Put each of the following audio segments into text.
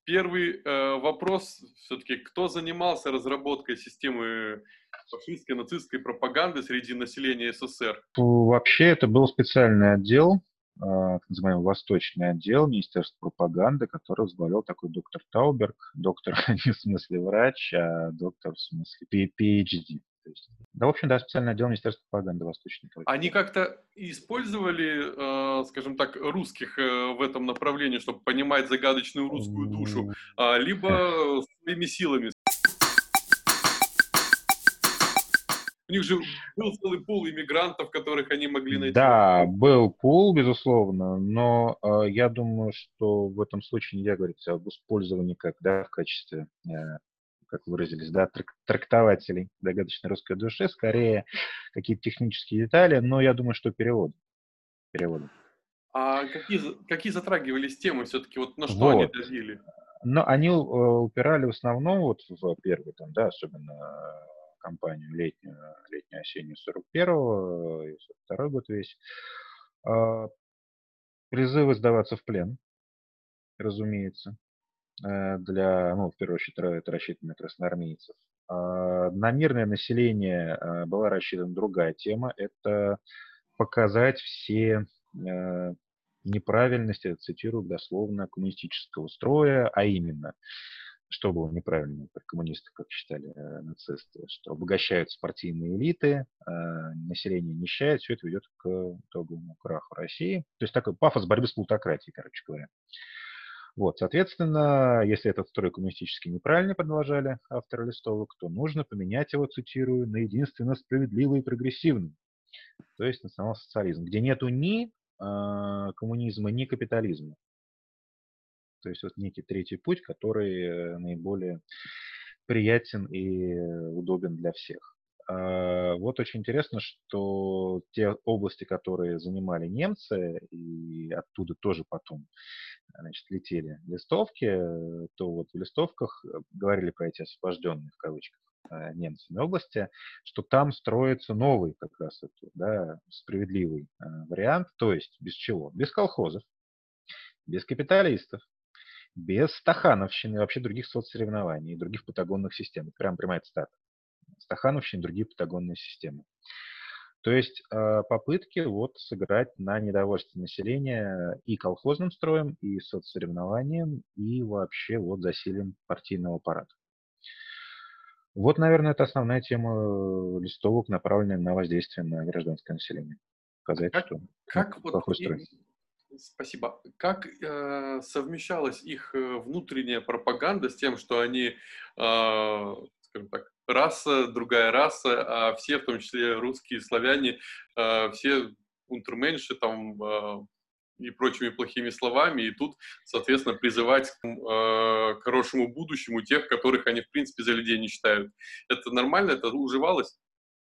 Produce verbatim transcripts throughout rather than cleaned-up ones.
Первый э, вопрос все-таки, кто занимался разработкой системы фашистской, нацистской пропаганды среди населения СССР? Фу, Вообще это был специальный отдел, а, так называемый Восточный отдел Министерства пропаганды, который возглавлял такой доктор Тауберг. Доктор не в смысле врач, а доктор в смысле пи эйч ди. То есть, да, в общем, да, специальный отдел Министерства пропаганды Восточный. короче Они говоря. как-то использовали, э, скажем так, русских э, в этом направлении, чтобы понимать загадочную русскую душу, М, а, либо своими силами? У них же был целый пул иммигрантов, которых они могли найти на Да, работу. был пул, безусловно, но э, я думаю, что в этом случае нельзя говорить об использовании как, да, в качестве, э, как выразились, да, трак- трактователей загадочной русской души, скорее какие-то технические детали, но я думаю, что перевод, переводы. А какие, за- какие затрагивались темы все-таки, вот на что они Вот. давили? Но они э, упирали в основном вот в первый, там, да, особенно э, кампанию летнюю, летнюю-осеннюю сорок первого и сорок второй год весь, а, призывы сдаваться в плен, разумеется, э, для, ну, в первую очередь, ра- это рассчитано на красноармейцев. А на мирное население э, была рассчитана другая тема – это показать все э, неправильности, цитирую дословно, коммунистического строя, а именно, что было неправильно, как коммунисты, как считали э, нацисты, что обогащаются партийные элиты, э, население нищает, все это ведет к итоговому краху России. То есть такой пафос борьбы с плутократией, короче говоря. Вот, соответственно, если этот строй коммунистически неправильно, продолжали авторы листовок, то нужно поменять его, цитирую, на единственно справедливый и прогрессивный, то есть национал-социализм, где нету ни а, коммунизма, ни капитализма. То есть вот некий третий путь, который э, наиболее приятен и э, удобен для всех. А, Вот очень интересно, что те области, которые занимали немцы, и оттуда тоже потом значит, летели листовки, э, то вот в листовках э, говорили про эти освобожденные, в кавычках, э, немцами области, что там строится новый как раз это, да, справедливый э, вариант, то есть без чего? Без колхозов, без капиталистов, без стахановщины и вообще других соцсоревнований и других патагонных систем. Это прям прямая цитата. Стахановщина и другие патагонные системы. То есть э, попытки вот сыграть на недовольстве населения и колхозным строем, и соцсоревнованием, и вообще вот засилием партийного аппарата. Вот, наверное, это основная тема э, листовок, направленная на воздействие на гражданское население. Показать, Как, что это как вот, плохой строй. и- спасибо, как э, совмещалась их э, внутренняя пропаганда с тем, что они, э, скажем так, раса, другая раса, а все, в том числе русские, славяне, э, все унтерменьши там э, и прочими плохими словами, и тут, соответственно, призывать к э, хорошему будущему тех, которых они, в принципе, за людей не считают. Это нормально, это уживалось?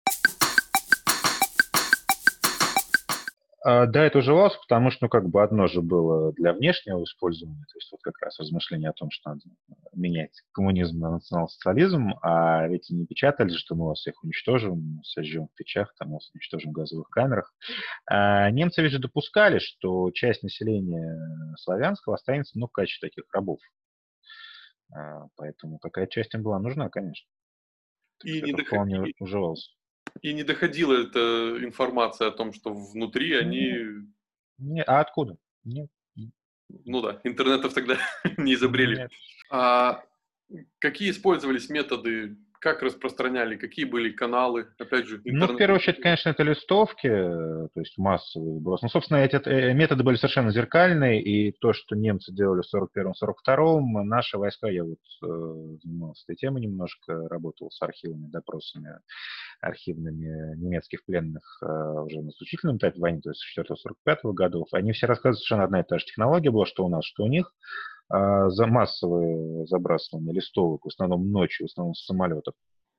А, Да, это уживалось, потому что, ну, как бы одно же было для внешнего использования, то есть вот как раз размышление о том, что надо э, менять коммунизм на национал-социализм, а ведь не печатали, что мы вас всех уничтожим, сожжем в печах, там, вас уничтожим в газовых камерах. А немцы ведь же допускали, что часть населения славянского останется, ну, в качестве таких рабов. А, Поэтому какая часть им была нужна, конечно. Так И что не, это доход... вполне уживалось. и не доходила эта информация о том, что внутри Не, они, не, а откуда? Нет, нет, ну да, интернетов тогда не изобрели. нет. А какие использовались методы, как распространяли, какие были каналы, опять же, Ну, в интернет. первую очередь, конечно, это листовки, э, то есть массовый вброс. Ну, собственно, эти э, методы были совершенно зеркальные, и то, что немцы делали в сорок первом сорок втором, наши войска, я вот э, занимался этой темой немножко, работал с архивами, допросами архивными немецких пленных э, уже на заключительном этапе войны, то есть с четвёртого сорок пятого годов. Они все рассказывают, совершенно одна и та же технология была, что у нас, что у них. А, За массовое забрасывание листовок, в основном ночью, в основном с самолетов.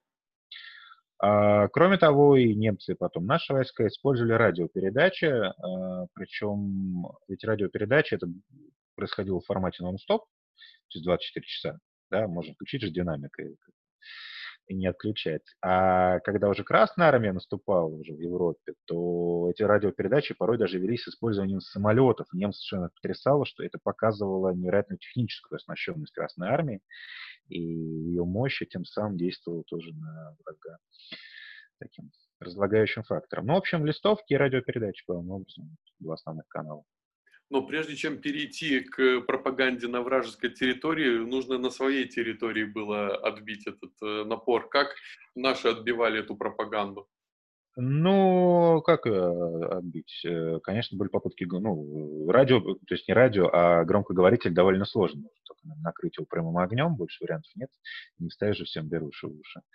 А, Кроме того, и немцы, и потом наши войска использовали радиопередачи, а, причем эти радиопередачи, это происходило в формате нон-стоп, то есть двадцать четыре часа, да, можно включить же динамикой. и не отключать. А когда уже Красная Армия наступала уже в Европе, то эти радиопередачи порой даже велись с использованием самолетов. Немцев совершенно потрясало, что это показывало невероятную техническую оснащенность Красной Армии и ее мощь, и тем самым действовало тоже на врага таким разлагающим фактором. Ну, в общем, листовки и радиопередачи, главным образом, два основных канала. Но прежде чем перейти к пропаганде на вражеской территории, нужно на своей территории было отбить этот э, напор. Как наши отбивали эту пропаганду? Ну, как э, отбить? Э, Конечно, были попытки, г- ну, радио, то есть не радио, а громкоговоритель довольно сложно. Можно только накрыть его прямым огнем, больше вариантов нет. Не ставишь же всем беруши в уши.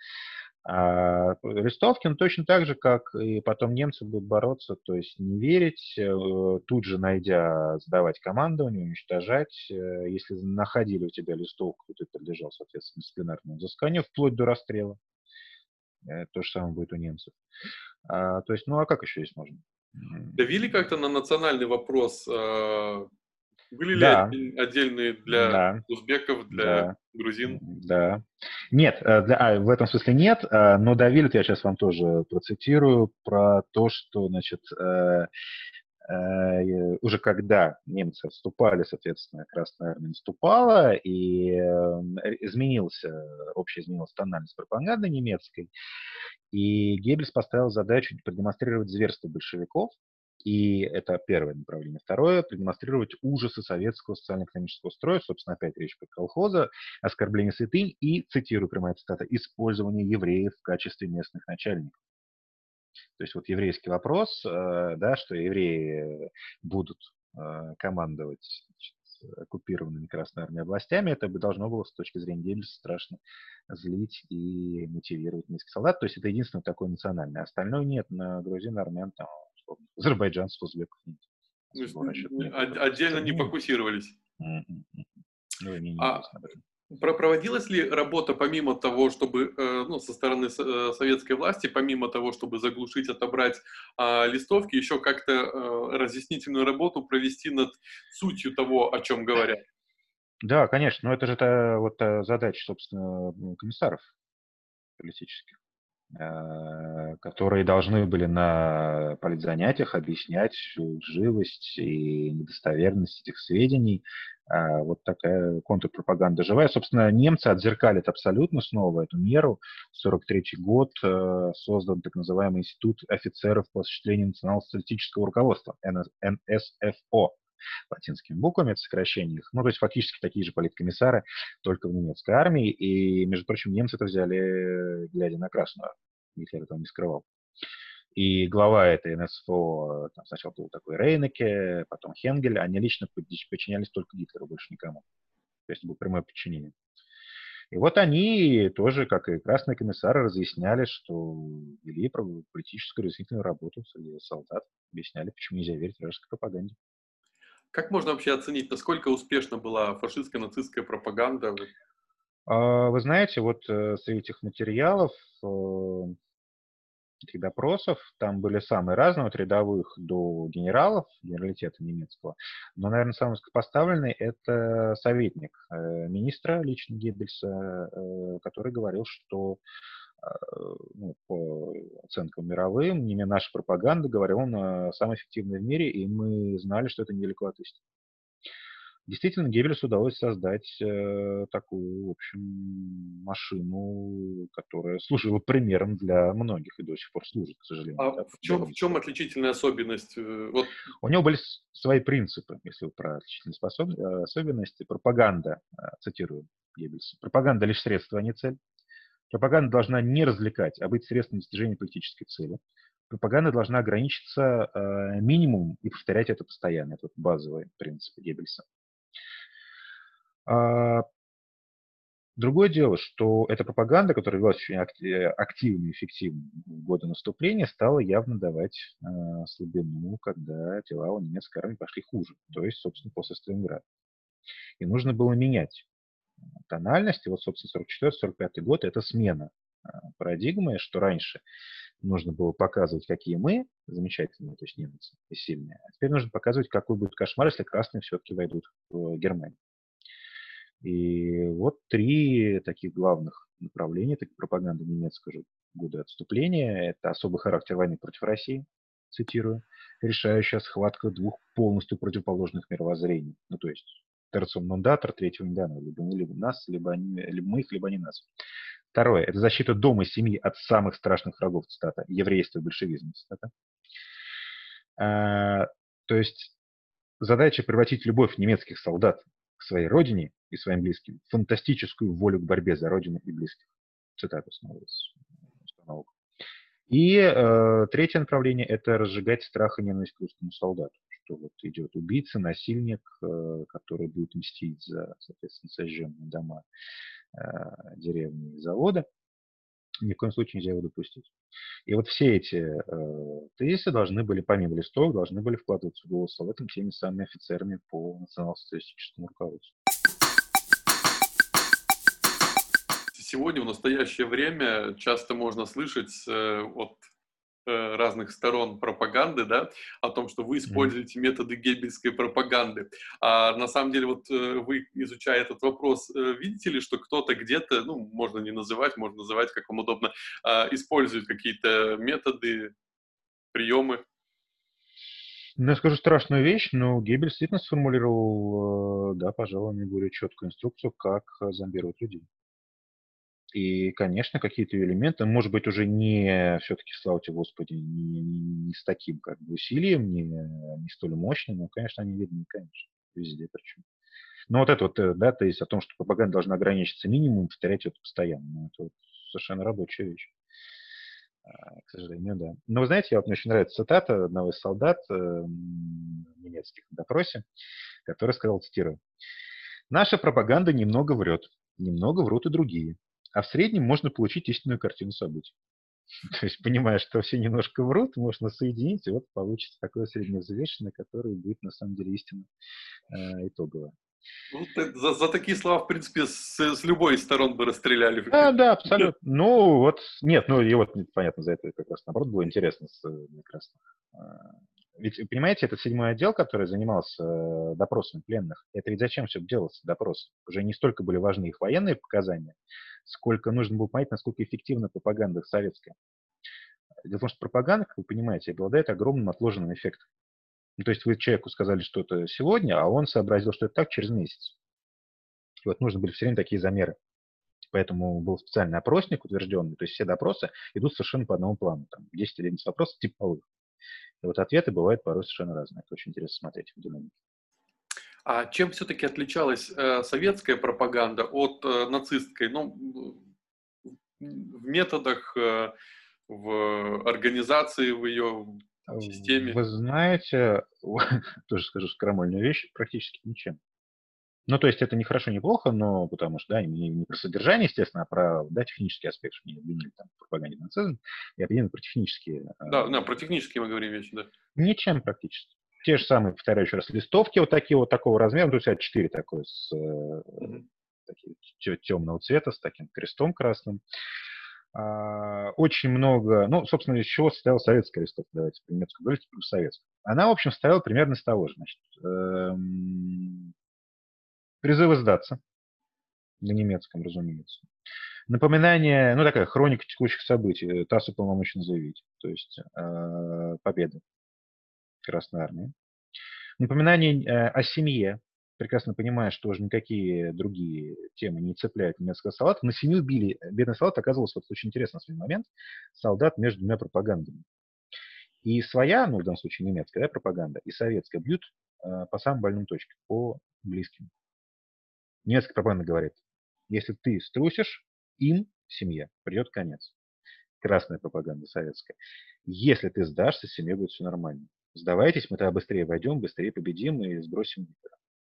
А листовки, ну, точно так же, как и потом немцы будут бороться, то есть не верить, э, тут же найдя, сдавать командование, уничтожать. Э, Если находили у тебя листовку, то ты подлежал, соответственно, дисциплинарному взысканию, вплоть до расстрела. Э, То же самое будет у немцев. А, то есть, ну а как еще здесь можно? Давили М, как-то на национальный вопрос? э, Были ли Да, отдель- отдельные для да, узбеков, для да, грузин? м, да. Нет, э, для- а, в этом смысле нет, э, но давили, я сейчас вам тоже процитирую, про то, что, значит, э, э, уже когда немцы отступали, соответственно, Красная Армия наступала, и э, изменился, общая изменилась тональность пропаганды немецкой, и Геббельс поставил задачу продемонстрировать зверство большевиков, и это первое направление. Второе — продемонстрировать ужасы советского социально-экономического строя, собственно, опять речь про колхоза, оскорбление святынь и, цитирую, прямая цитата, использование евреев в качестве местных начальников. То есть вот еврейский вопрос, э, да, что евреи будут э, командовать, значит, оккупированными Красной Армией областями, это бы должно было с точки зрения Геббельса страшно злить и мотивировать немецких солдат. То есть это единственное такое национальное. Остальное нет. На грузин, армян, там, условно, азербайджанцев, узбеков нет. То есть Особого расчета н- не было от- в этом отдельно смысле. не Не, фокусировались. м, м, м. Ну, мне А неизвестно об этом. Про- Проводилась ли работа помимо того, чтобы, э, ну, со стороны с- э, советской власти, помимо того, чтобы заглушить, отобрать а, листовки, еще как-то э, разъяснительную работу провести над сутью того, о чем говорят? Да, конечно, но это же та, вот та задача, собственно, ну, комиссаров политических, э, которые должны были на политзанятиях объяснять лживость и недостоверность этих сведений. А Вот такая контрпропаганда живая. Собственно, немцы отзеркалят абсолютно снова эту меру. сорок третий год э, создан так называемый Институт офицеров по осуществлению национал-социалистического руководства, эн эс эф о латинскими буквами, это сокращение их. Ну, то есть фактически такие же политкомиссары, только в немецкой армии. И, между прочим, немцы это взяли, глядя на Красную армию. Гитлер этого не скрывал. И глава этой эн эс эф о, там сначала был такой Рейнеке, потом Хенгель, они лично подчинялись только Гитлеру, больше никому. То есть было прямое подчинение. И вот они тоже, как и красные комиссары, разъясняли, что вели политическую разъяснительную работу среди солдат, объясняли, почему нельзя верить вражеской пропаганде. Как можно вообще оценить, насколько успешна была фашистская нацистская пропаганда? Вот. А, Вы знаете, вот э, среди этих материалов, э, этих допросов, там были самые разные, от рядовых до генералов, генералитета немецкого. Но, наверное, самый высокопоставленный — это советник э, министра, лично Геббельса, э, который говорил, что э, ну, по оценкам мировым, именно наша пропаганда, говорил он, э, самая эффективная в мире, и мы знали, что это недалеко от истины. Действительно, Геббельсу удалось создать э, такую, в общем, машину, которая служила примером для многих и до сих пор служит, к А сожалению, да, в чем, в чем пропагандистов. отличительная особенность? э, Вот, У него были с- свои принципы, если вы про отличительные способ- э, особенности. Пропаганда, э, цитирую Геббельса, пропаганда лишь средство, а не цель. Пропаганда должна не развлекать, а быть средством достижения политической цели. Пропаганда должна ограничиться э, минимумом и повторять это постоянно. Это вот базовый принцип Геббельса. А, Другое дело, что эта пропаганда, которая велась очень акти- активно и эффективно в годы наступления, стала явно давать э, слабину, когда дела у немецкой армии пошли хуже, то есть, собственно, после Сталинграда. И нужно было менять тональность, и вот, собственно, сорок четвёртый сорок пятый год — это смена э, парадигмы, что раньше нужно было показывать, какие мы замечательные, то есть немцы, и сильные, а теперь нужно показывать, какой будет кошмар, если красные все-таки войдут в Германию. И вот три таких главных направление, так и пропаганда немецкого же года отступления. Это особый характер войны против России, цитирую, решающая схватка двух полностью противоположных мировоззрений. Ну, то есть терциум нон датор, третьего не дано. Либо мы, либо нас, либо, они, либо мы их, либо они нас. Второе. Это защита дома и семьи от самых страшных врагов, цитата. Еврейство и большевизм, цитата. А, то есть задача превратить любовь немецких солдат к своей родине и своим близким в фантастическую волю к борьбе за родину и близких. Цитата снова из установок. И э, третье направление – это разжигать страх и ненависть к русскому солдату, что вот идет убийца, насильник, э, который будет мстить за, соответственно, сожженные дома, э, деревни и завода. Ни в коем случае нельзя его допустить. И вот все эти э, тезисы должны были, помимо листов, должны были вкладываться в голову солдатам теми самыми офицерами по национал-социалистическому руководству. Сегодня, в настоящее время, часто можно слышать э, от э, разных сторон пропаганды, да, о том, что вы Мгм. используете методы геббельской пропаганды. А на самом деле, вот э, вы, изучая этот вопрос, э, видите ли, что кто-то где-то, ну, можно не называть, можно называть, как вам удобно, а, использует какие-то методы, приемы? Ну, я скажу страшную вещь, но Геббельс действительно сформулировал, э, да, пожалуй, наиболее четкую инструкцию, как э, зомбировать людей. И, конечно, какие-то элементы, может быть, уже не, все-таки, слава тебе Господи, не, не, не с таким как бы усилием, не, не столь мощным, но, конечно, они видны, конечно, везде причем. Но вот это вот, э, да, то есть о том, что пропаганда должна ограничиться минимумом, повторять это постоянно, ну, это вот совершенно рабочая вещь. А, К сожалению, да. Но вы знаете, я вот мне очень нравится цитата одного из солдат э, м, немецких на допросе, который сказал, цитирую: «Наша пропаганда немного врет, немного врут и другие, а в среднем можно получить истинную картину событий». То есть, понимая, что все немножко врут, можно соединить, и вот получится такое средневзвешенное, которое будет на самом деле истинно э, итоговое. Ну, т- за, за такие слова, в принципе, с, с любой из сторон бы расстреляли. Да, да, абсолютно. Ну, вот, нет, ну, и вот, понятно, за это как раз, наоборот, было интересно с, э, как раз, э, ведь, понимаете, этот седьмой отдел, который занимался э, допросами пленных, это ведь зачем все делался, допрос? Уже не столько были важны их военные показания, сколько нужно было понять, насколько эффективна пропаганда советская. Дело в том, что пропаганда, как вы понимаете, обладает огромным отложенным эффектом. Ну, то есть вы человеку сказали что-то сегодня, а он сообразил, что это так через месяц. И вот нужны были все время такие замеры. Поэтому был специальный опросник утвержденный, то есть все допросы идут совершенно по одному плану. Там десять или одиннадцать вопросов типовых. И вот ответы бывают порой совершенно разные. Это очень интересно смотреть в динамике. А чем все-таки отличалась э, советская пропаганда от э, нацистской? Ну, в методах, э, в организации, в ее там, системе. Вы знаете, тоже скажу скромольную вещь, практически ничем. Ну, то есть это не хорошо, не плохо, но потому что, да, не, не про содержание, естественно, а про, да, технический аспект, что не обвинили там в пропаганде нацизм, и обвинили про технические. Да, да, э, про технические мы говорим вещи, да. Ничем практически. Те же самые, повторяю еще раз, листовки вот такие вот такого размера, ну, то есть а четыре такой с э, Мгм. такие тё- темного цвета, с таким крестом красным. А, очень много, ну, собственно, из чего состояла советская листовка, давайте по немецкому говорить, плюс советская. Она, в общем, состояла примерно из того же, значит, эм, призывы сдаться, на немецком, разумеется. Напоминание, ну, такая хроника текущих событий, ТАСС уполномочен заявить, то есть э, победа Красной Армии. Напоминание э, о семье, прекрасно понимая, что уже никакие другие темы не цепляют немецкого солдата. На семью били. Бедный солдат оказывался, вот очень интересный свой момент, солдат между двумя пропагандами. И своя, ну, в данном случае немецкая, да, пропаганда, и советская бьют э, по самым больным точкам, по близким. Немецкая пропаганда говорит, если ты струсишь, им, семье, придет конец. Красная пропаганда советская. Если ты сдашься, с семьей будет все нормально. Сдавайтесь, мы тогда быстрее войдем, быстрее победим и сбросим Гитлера.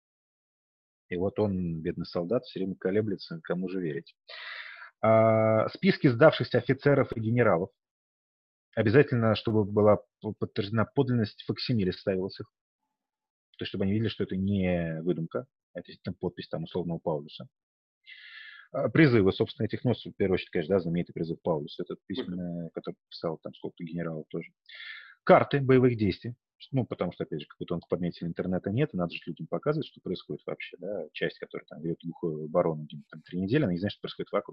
И вот он, бедный солдат, все время колеблется, кому же верить. А, списки сдавшихся офицеров и генералов. Обязательно, чтобы была подтверждена подлинность, факсимиле ставилось их. То есть, чтобы они видели, что это не выдумка, а это действительно подпись там условного Паулюса. А, призывы, собственно, этих, ну, в первую очередь, конечно, да, знаменитый призыв Паулюса, этот письменный, который писал там сколько-то генералов тоже. Карты боевых действий. Ну, потому что, опять же, какой-то он подметил интернета нет, и надо же людям показывать, что происходит вообще, да. Часть, которая там ведет глухую оборону где-нибудь там три недели, она не знает, что происходит вокруг. А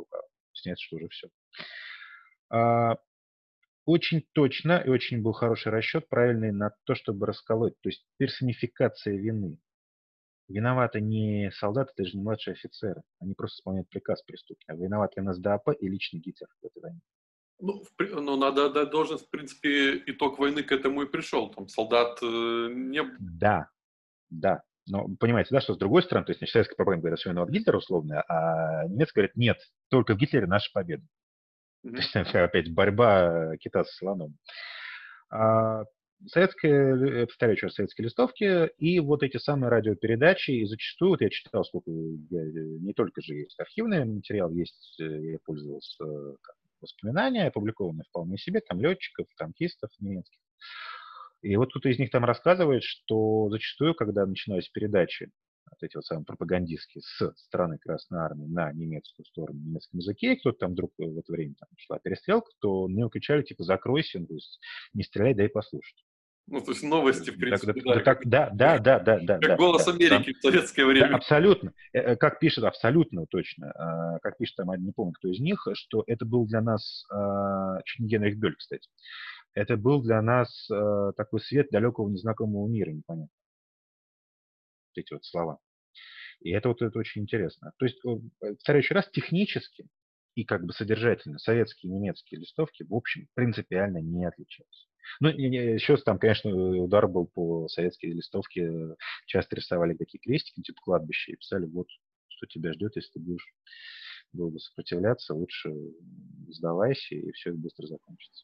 Снится, что уже все. А, очень точно и очень был хороший расчет, правильный, на то, чтобы расколоть. То есть персонификация вины. Виноваты не солдаты, даже не младшие офицеры. Они просто исполняют приказ преступный. А виноват ли НСДАП и личный Гитлер в этой войне? Ну, в при- ну, надо отдать должность, в принципе, итог войны к этому и пришел. Там солдат э, не... Да, да. Но понимаете, да, что с другой стороны, то есть значит, советская пропаганда говорит, что виноват Гитлер условно, а немецкая говорит, нет, только в Гитлере наша победа. То Мгм. есть опять борьба кита со слоном. А, советские, э, повторяю еще раз, советские листовки и вот эти самые радиопередачи, и зачастую, вот я читал, сколько, я, не только же есть архивный материал, есть, э, я пользовался э, там, воспоминания, опубликованные вполне себе, там летчиков, танкистов немецких. И вот кто-то из них там рассказывает, что зачастую, когда начинались передачи, вот эти вот самые пропагандистские, с стороны Красной Армии на немецкую сторону, на немецком языке, и кто-то там вдруг в это время там шла перестрелка, то мне кричали, типа, закройся, то есть не стреляй, дай послушать. Ну, то есть То новости, есть, в да, да, принципе, да, да, как, так- да, да, да, да, да, как да, «Голос да, сам, Америки» в советское да, время. абсолютно. Э, э, Как пишет, абсолютно точно, а, как пишет там, не помню, кто из них, что это был для нас, а, чуть не Генрих Бёль, кстати, это был для нас а, такой свет далекого незнакомого мира, непонятно, вот эти вот слова. И это вот это очень интересно. То есть, э, повторяю еще раз, технически и как бы содержательно советские и немецкие листовки, в общем, принципиально не отличаются. Ну, не- не, еще там, конечно, удар был по советской листовке. э, Часто рисовали такие крестики, типа кладбища, и писали, вот, что тебя ждет, если ты будешь долго сопротивляться, лучше сдавайся, и все это быстро закончится.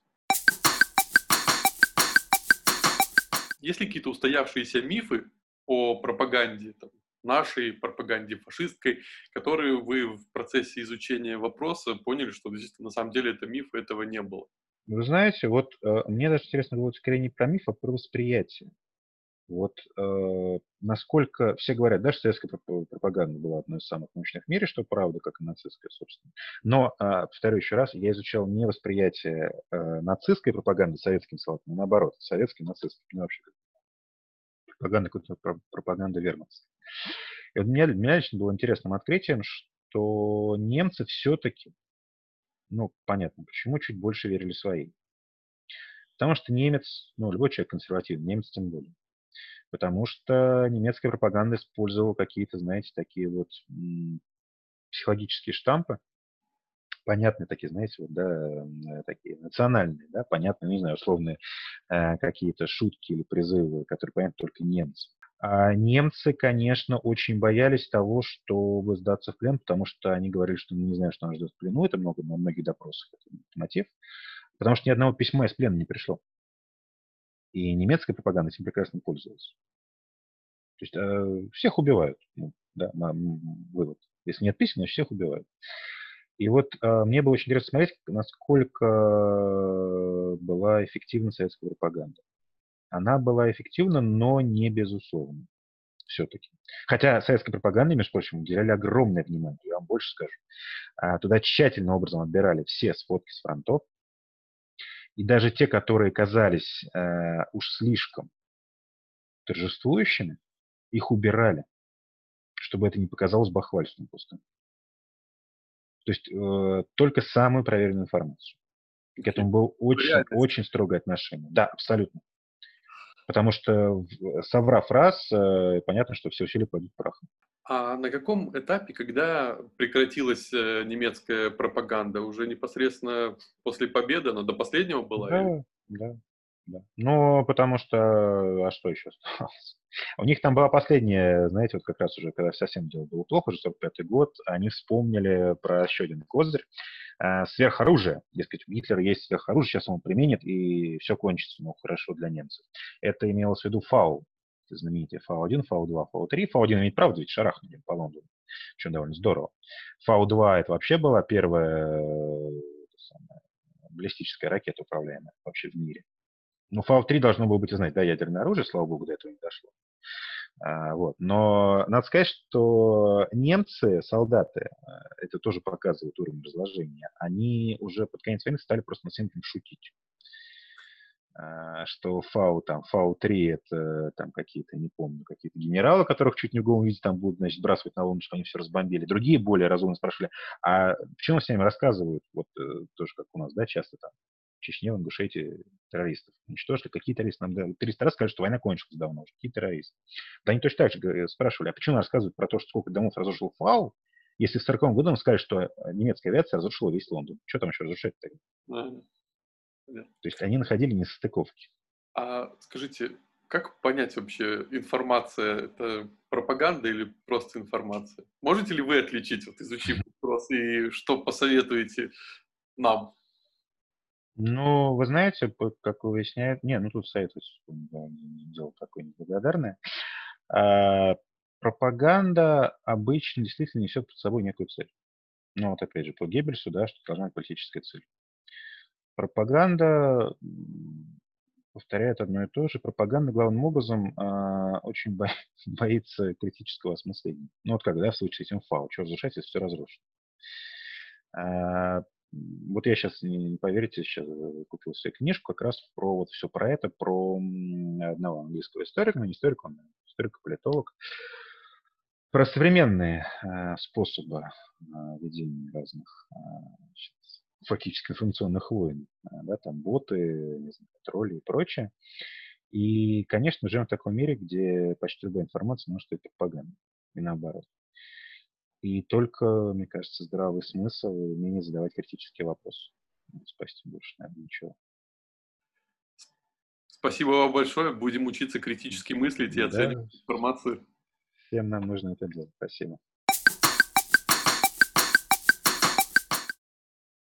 Есть ли какие-то устоявшиеся мифы о пропаганде, там, нашей пропаганде фашистской, которые вы в процессе изучения вопроса поняли, что действительно на самом деле это миф, и этого не было? Вы знаете, вот э, мне даже интересно было скорее не про миф, а про восприятие. Вот э, насколько все говорят, да, что советская проп- пропаганда была одной из самых мощных в мире, что правда, как и нацистская, собственно. Но, а, повторю еще раз, я изучал не восприятие э, нацистской пропаганды советским солдатам, а наоборот, советской, нацистской, ну, вообще как пропаганда, какой-то про- пропаганда вермахта. И вот мне, для меня лично было интересным открытием, что немцы все-таки, ну, понятно, почему чуть больше верили своим. Потому что немец, ну, любой человек консервативный, немец тем более. Потому что немецкая пропаганда использовала какие-то, знаете, такие вот м, психологические штампы, понятные такие, знаете, вот, да, м, такие национальные, да, понятные, не знаю, условные э, какие-то шутки или призывы, которые понятны только немцам. А немцы, конечно, очень боялись того, чтобы сдаться в плен, потому что они говорили, что мы не знаем, что нас ждет в плену. Это много, на многих допросах это мотив. Потому что ни одного письма из плена не пришло. И немецкая пропаганда этим прекрасно пользовалась. То есть э, всех убивают. Ну, да, на, м, вывод. Если нет писем, значит всех убивают. И вот э, мне было очень интересно смотреть, насколько была эффективна советская пропаганда. Она была эффективна, но не безусловно. Все-таки. Хотя советской пропаганде, между прочим, уделяли огромное внимание, я вам больше скажу. А, туда тщательным образом отбирали все сводки с фронтов, и даже те, которые казались э, уж слишком торжествующими, их убирали, чтобы это не показалось бахвальством просто. То есть э, только самую проверенную информацию. К Окей. этому было Реальность. очень-очень строгое отношение. Да, абсолютно. Потому что, в- соврав раз, э, понятно, что все усилия пойдут прахом. А на каком этапе, когда прекратилась э, немецкая пропаганда? Уже непосредственно после победы, она до последнего была? Или... Да, да, да. Ну, потому что, а что еще оставалось? У них там была последняя, знаете, вот как раз уже, когда совсем дело было плохо, уже сорок пятый год, они вспомнили про еще один козырь, э, сверхоружие. Дескать, у Гитлера есть сверхоружие, сейчас он его применит, и все кончится, ну, хорошо для немцев. Это имелось в виду фау, знаменитые фау один, фау два, фау три. фау один имеет правда, ведь шарахнули по Лондону, что довольно здорово. фау два это вообще была первая э, это самое, баллистическая ракета, управляемая вообще в мире. Ну, фау три должно было быть, знаете, да, ядерное оружие, слава богу, до этого не дошло. А, вот. Но надо сказать, что немцы, солдаты, а, это тоже показывает уровень разложения, они уже под конец войны стали просто над всем этим шутить. а, что фау, там, фау три это там какие-то, не помню, какие-то генералы, которых чуть не в голом виде там будут, значит, бросать на луну, что они все разбомбили. Другие более разумно спрашивали, а почему с ними рассказывают, вот э, тоже как у нас, да, часто там, в Чечне, в Ингушетии террористов уничтожили. Какие террористы? Нам да, триста раз скажут, что война кончилась давно уже. Какие террористы? Да они точно так же говорят, спрашивали, а почему рассказывают про то, что сколько домов разрушил фау, если в сороковом году нам сказали, что э, немецкая авиация разрушила весь Лондон. Что там еще разрушать-то? Да, понятно. То есть они находили несостыковки. А скажите, как понять вообще, информация — это пропаганда или просто информация? Можете ли вы отличить, вот изучив вопрос, и что посоветуете нам? Ну, вы знаете, п как выясняет не, ну тут советовать, да, дело такое неблагодарное. А, пропаганда обычно действительно несет под собой некую цель. Ну, вот опять же, по Геббельсу, да, что должна быть политическая цель. Пропаганда, м, повторяет одно и то же. Пропаганда главным образом, а, очень бо боится критического осмысления. Ну, вот как, да, в случае с этим фау. Чё разрушать, если всё разрушено? А, м, вот я сейчас, не не поверите, сейчас купил себе книжку как раз про вот все про это, про, м, одного английского историка, ну, не историк, он историк-политолог, про современные, а, способы, а, ведения разных, а, значит, фактически информационных войн. А, да, там боты, не знаю, тролли и прочее. И, конечно, мы живем в таком мире, где почти любая информация может быть пропагандой, и наоборот. И только, мне кажется, здравый смысл и умение задавать критические вопросы. Вот спасти больше, наверное, ничего. Спасибо вам большое. Будем учиться критически мыслить и Да, оценивать информацию. всем нам нужно это делать. Спасибо.